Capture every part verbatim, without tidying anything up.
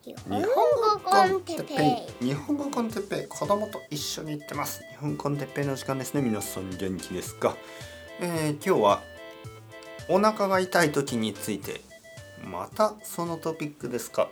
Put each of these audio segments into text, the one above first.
日本語コンテッペイ日本語コンテッペイ子供と一緒に行ってます。日本コンテッペイの時間ですね。皆さん元気ですか？えー、今日はお腹が痛い時について、またそのトピックですか？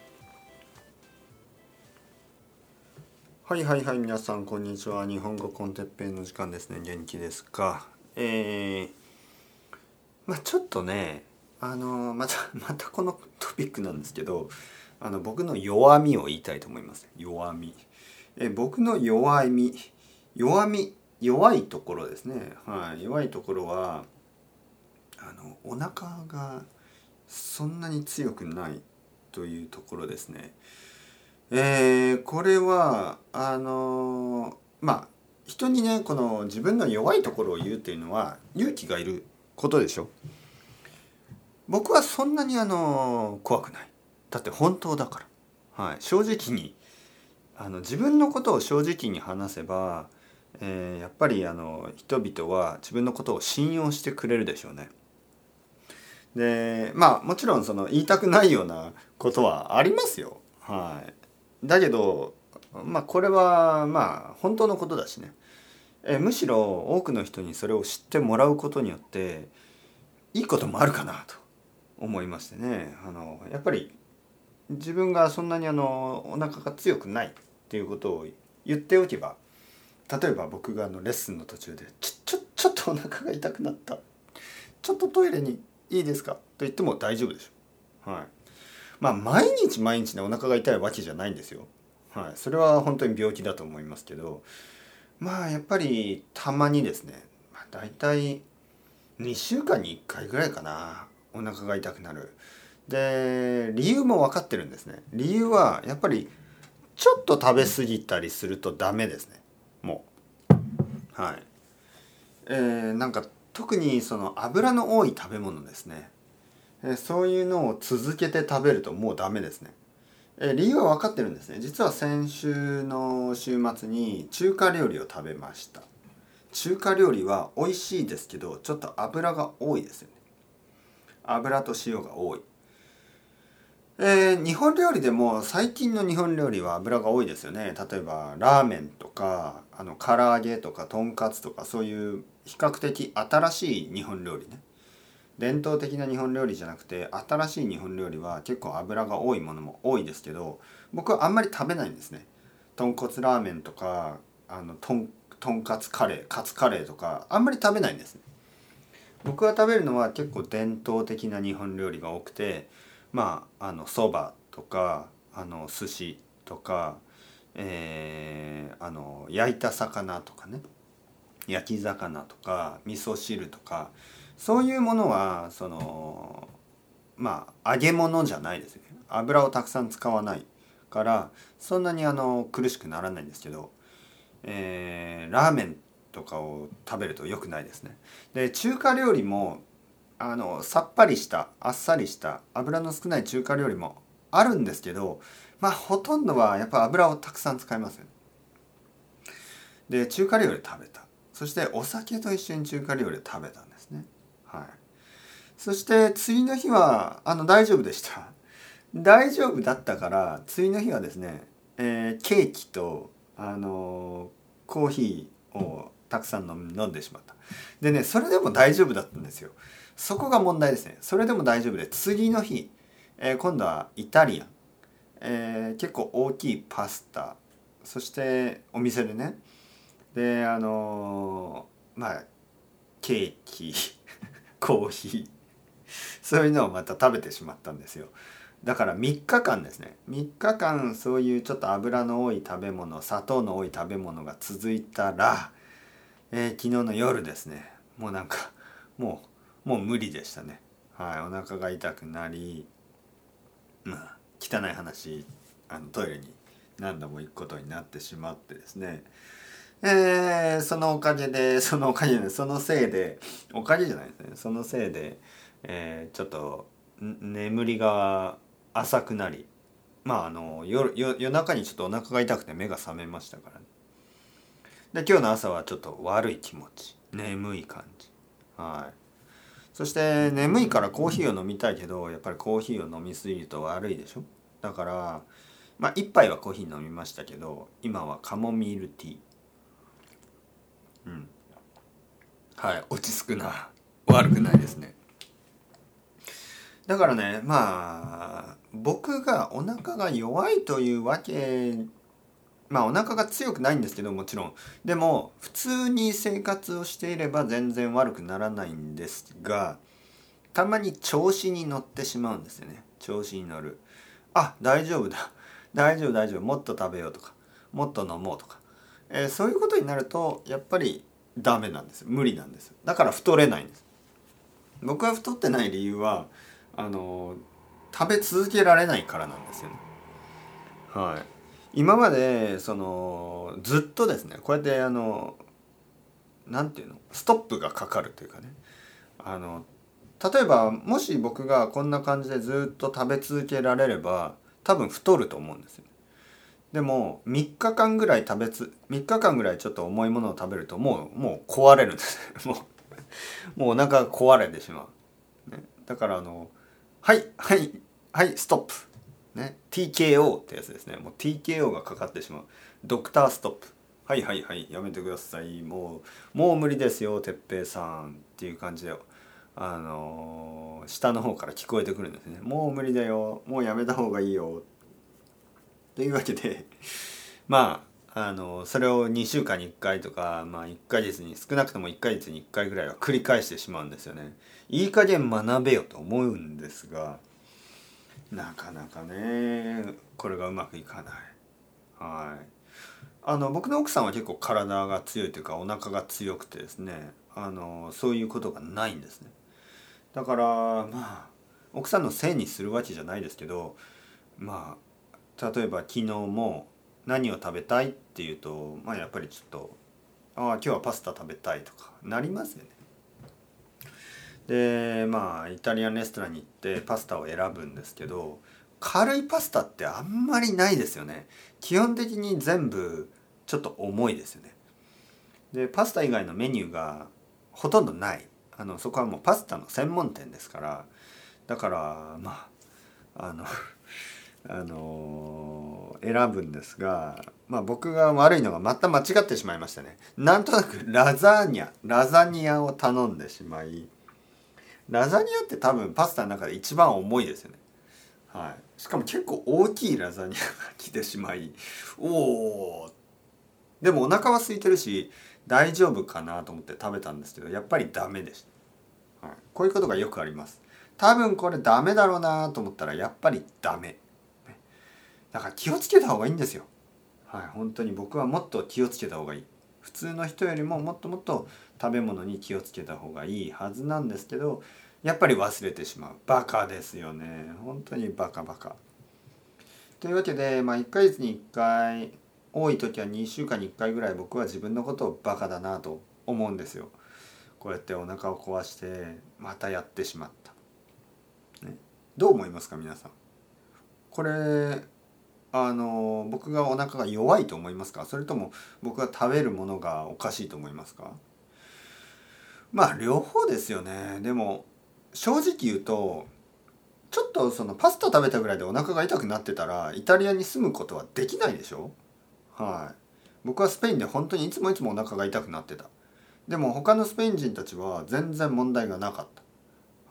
はいはいはい、皆さんこんにちは。日本語コンテッペイの時間ですね。元気ですか？えー、まあちょっとねあのまたまたこのトピックなんですけど、あの僕の弱みを言いたいと思います。弱み。え僕の弱み弱み弱いところですね。はい、弱いところはあのお腹がそんなに強くないというところですね。えー、これはあのまあ人にねこの自分の弱いところを言うっていうのは勇気がいることでしょ。僕はそんなにあの怖くない。だって本当だから。はい、正直にあの自分のことを正直に話せば、えー、やっぱりあの人々は自分のことを信用してくれるでしょうね。でまあもちろんその言いたくないようなことはありますよ。はい、だけどまあこれはまあ本当のことだしね。えむしろ多くの人にそれを知ってもらうことによっていいこともあるかなと思いましてね。あのやっぱり自分がそんなにあのお腹が強くないっていうことを言っておけば、例えば僕があのレッスンの途中でちょちょちょっとお腹が痛くなった、ちょっとトイレにいいですかと言っても大丈夫でしょ。はい。まあ毎日毎日ねお腹が痛いわけじゃないんですよ。はい。それは本当に病気だと思いますけど、まあやっぱりたまにですね、まあ、大体にしゅうかんにいっかいぐらいかな、お腹が痛くなる。で理由も分かってるんですね。理由はやっぱりちょっと食べ過ぎたりするとダメですね。もうはい。えー、なんか特にその油の多い食べ物ですね、えー、そういうのを続けて食べるともうダメですね。えー、理由は分かってるんですね。実は先週の週末に中華料理を食べました。中華料理は美味しいですけどちょっと油が多いですよね。油と塩が多い。えー、日本料理でも最近の日本料理は油が多いですよね。例えばラーメンとかあの唐揚げとかとんかつとか、そういう比較的新しい日本料理ね。伝統的な日本料理じゃなくて新しい日本料理は結構油が多いものも多いですけど、僕はあんまり食べないんですね。豚骨ラーメンとかあのとんとんかつカレーカツカレーとかあんまり食べないんですね。僕が食べるのは結構伝統的な日本料理が多くて、まああのそばとかあの寿司とか、えー、あの焼いた魚とかね、焼き魚とか味噌汁とか、そういうものはそのまあ揚げ物じゃないですね。油をたくさん使わないからそんなにあの苦しくならないんですけど、えー、ラーメンとかを食べると良くないですね。で中華料理もあのさっぱりしたあっさりした油の少ない中華料理もあるんですけど、まあほとんどはやっぱ油をたくさん使いますよね。で中華料理食べた。そしてお酒と一緒に中華料理を食べたんですね。はい。そして次の日はあの大丈夫でした。大丈夫だったから次の日はですね、えー、ケーキとあのーコーヒーをたくさん飲んでしまった。でね、それでも大丈夫だったんですよ。そこが問題ですね。それでも大丈夫で次の日、えー、今度はイタリアン、えー、結構大きいパスタ、そしてお店でね、であのーまあケーキコーヒーそういうのをまた食べてしまったんですよ。だからみっかかんですね。みっかかんそういうちょっと油の多い食べ物、砂糖の多い食べ物が続いたら、えー、昨日の夜ですね、もうなんかもうもう無理でしたね。はい、お腹が痛くなり、まあ汚い話、あのトイレに何度も行くことになってしまってですね、えー、そのおかげでそのおかげでそのせいでおかげじゃないですね、そのせいで、えー、ちょっと眠りが浅くなり、まああの夜夜中にちょっとお腹が痛くて目が覚めましたからね。で今日の朝はちょっと悪い気持ち、眠い感じ。はい。そして眠いからコーヒーを飲みたいけど、やっぱりコーヒーを飲みすぎると悪いでしょ。 だからまあ一杯はコーヒー飲みましたけど、今はカモミールティー。うん。はい、落ち着くな。悪くないですね。だからね、まあ僕がお腹が弱いというわけ、まあお腹が強くないんですけど、もちろんでも普通に生活をしていれば全然悪くならないんですが、たまに調子に乗ってしまうんですよね。調子に乗る。あ、大丈夫だ、大丈夫大丈夫、もっと食べようとか、もっと飲もうとか、えーそういうことになるとやっぱりダメなんです。無理なんです。だから太れないんです。僕が太ってない理由はあの食べ続けられないからなんですよね。はい。今までそのずっとですね、こうやってあのなんていうの、ストップがかかるというかね、あの例えばもし僕がこんな感じでずっと食べ続けられれば多分太ると思うんですよ。でもみっかかんぐらい食べつみっかかんぐらいちょっと重いものを食べるともうもう壊れるんですもうもうお腹が壊れてしまう、ね、だからあのはいはいはいストップね、 ティーケーオー ってやつですね。もう ティーケーオー がかかってしまう。ドクターストップ。はいはいはい、やめてください、もうもう無理ですよ哲平さんっていう感じで、あのー下の方から聞こえてくるんですね。もう無理だよ、もうやめた方がいいよというわけでまああのそれをにしゅうかんにいっかいとか、まあ、いっかげつに少なくともいっかげつにいっかいぐらいは繰り返してしまうんですよね。いい加減学べよと思うんですが、なかなかねこれがうまくいかない。はい。あの僕の奥さんは結構体が強いというかお腹が強くてですね、あのそういうことがないんですね。だからまあ奥さんのせいにするわけじゃないですけど、まあ例えば昨日も何を食べたいっていうと、まあやっぱりちょっとああ今日はパスタ食べたいとかなりますよね。でまあイタリアンレストランに行ってパスタを選ぶんですけど、軽いパスタってあんまりないですよね。基本的に全部ちょっと重いですよね。でパスタ以外のメニューがほとんどない。あのそこはもうパスタの専門店ですから。だからまああのあのー選ぶんですが、まあ僕が悪いのがまた間違ってしまいましたね。なんとなくラザニアラザニアを頼んでしまい、ラザニアって多分パスタの中で一番重いですよね。はい。しかも結構大きいラザニアが来てしまい、おお。でもお腹は空いてるし大丈夫かなと思って食べたんですけど、やっぱりダメでした。はい。こういうことがよくあります。多分これダメだろうなと思ったらやっぱりダメ。だから気をつけた方がいいんですよ。はい。本当に僕はもっと気をつけた方がいい。普通の人よりももっともっと食べ物に気をつけた方がいいはずなんですけど、やっぱり忘れてしまう。バカですよね。本当にバカバカ。というわけで、まあ、いっかげつにいっかい、多い時はにしゅうかんにいっかいぐらい僕は自分のことをバカだなと思うんですよ。こうやってお腹を壊してまたやってしまった、ね、どう思いますか皆さん。これあの僕がお腹が弱いと思いますか、それとも僕が食べるものがおかしいと思いますか。まあ両方ですよね。でも正直言うとちょっとそのパスタ食べたぐらいでお腹が痛くなってたらイタリアに住むことはできないでしょ。はい。僕はスペインで本当にいつもいつもお腹が痛くなってた。でも他のスペイン人たちは全然問題がなかった。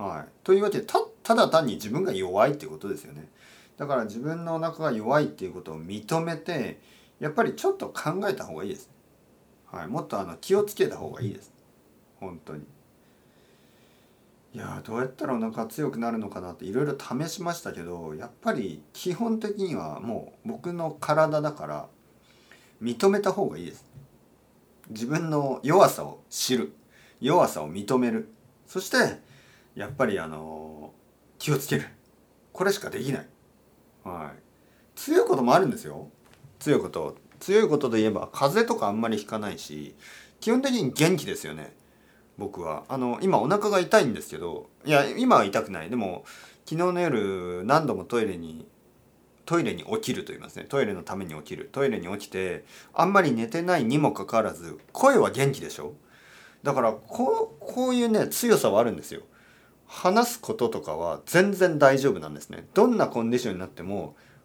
はい。というわけでたただ単に自分が弱いっていうことですよね。だから自分のお腹が弱いっていうことを認めてやっぱりちょっと考えた方がいいです。はい。もっとあの気をつけた方がいいです。本当に。いやどうやったらお腹強くなるのかなっていろいろ試しましたけど、やっぱり基本的にはもう僕の体だから認めた方がいいです。自分の弱さを知る、弱さを認める、そしてやっぱりあの気をつける、これしかできない。はい。強いこともあるんですよ。強いこと強いことで言えば風邪とかあんまりひかないし、基本的に元気ですよね。僕はあの今お腹が痛いんですけど、いや今は痛くない。でも昨日の夜何度もトイレにトイレに起きると言いますね。トイレのために起きる。トイレに起きてあんまり寝てないにもかかわらず声は元気でしょ。だからこう、こういうね強さはあるんですよ。話すこととかは全然大丈夫なんですね。どんなコンディションになっても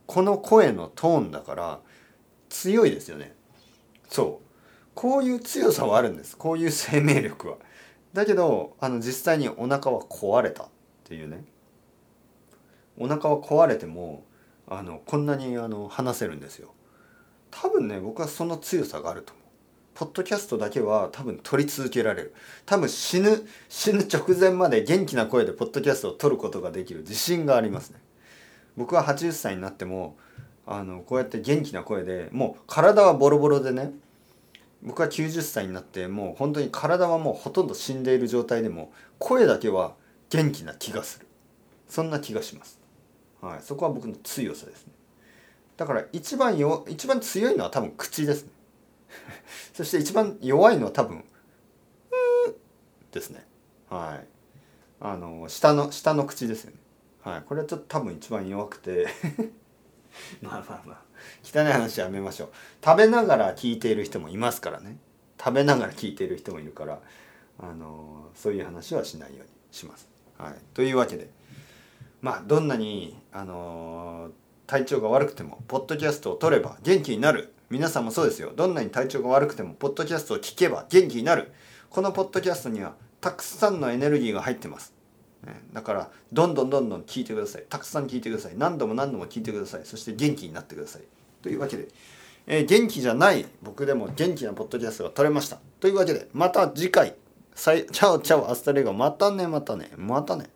この声のトーンだから強いですよね。そうこういう強さはあるんです。こういう生命力は。だけどあの実際にお腹は壊れたっていうね。お腹は壊れてもあのこんなにあの話せるんですよ。多分ね僕はその強さがあると思う。ポッドキャストだけは多分撮り続けられる。多分死ぬ死ぬ直前まで元気な声でポッドキャストを撮ることができる自信がありますね。僕ははちじゅっさいになってもあのこうやって元気な声で、もう体はボロボロでね、僕はきゅうじゅっさいになってもう本当に体はもうほとんど死んでいる状態でも声だけは元気な気がする。そんな気がします。はい、そこは僕の強さですね。だから一番よ一番強いのは多分口ですね。そして一番弱いのは多分うーですね。はい。あの下の下の口ですよね。はい。これはちょっと多分一番弱くてまあまあまあ汚い話はやめましょう。食べながら聞いている人もいますからね。食べながら聞いている人もいるから、あのそういう話はしないようにします。はい。というわけで、まあどんなにあの体調が悪くてもポッドキャストを撮れば元気になる。皆さんもそうですよ。どんなに体調が悪くてもポッドキャストを聞けば元気になる。このポッドキャストにはたくさんのエネルギーが入ってます。だからどんどんどんどん聞いてください。たくさん聞いてください。何度も何度も聞いてください。そして元気になってください。というわけで、えー、元気じゃない僕でも元気なポッドキャストが撮れました。というわけでまた次回。チャオチャオアスタレゴ。またねまたねまたね。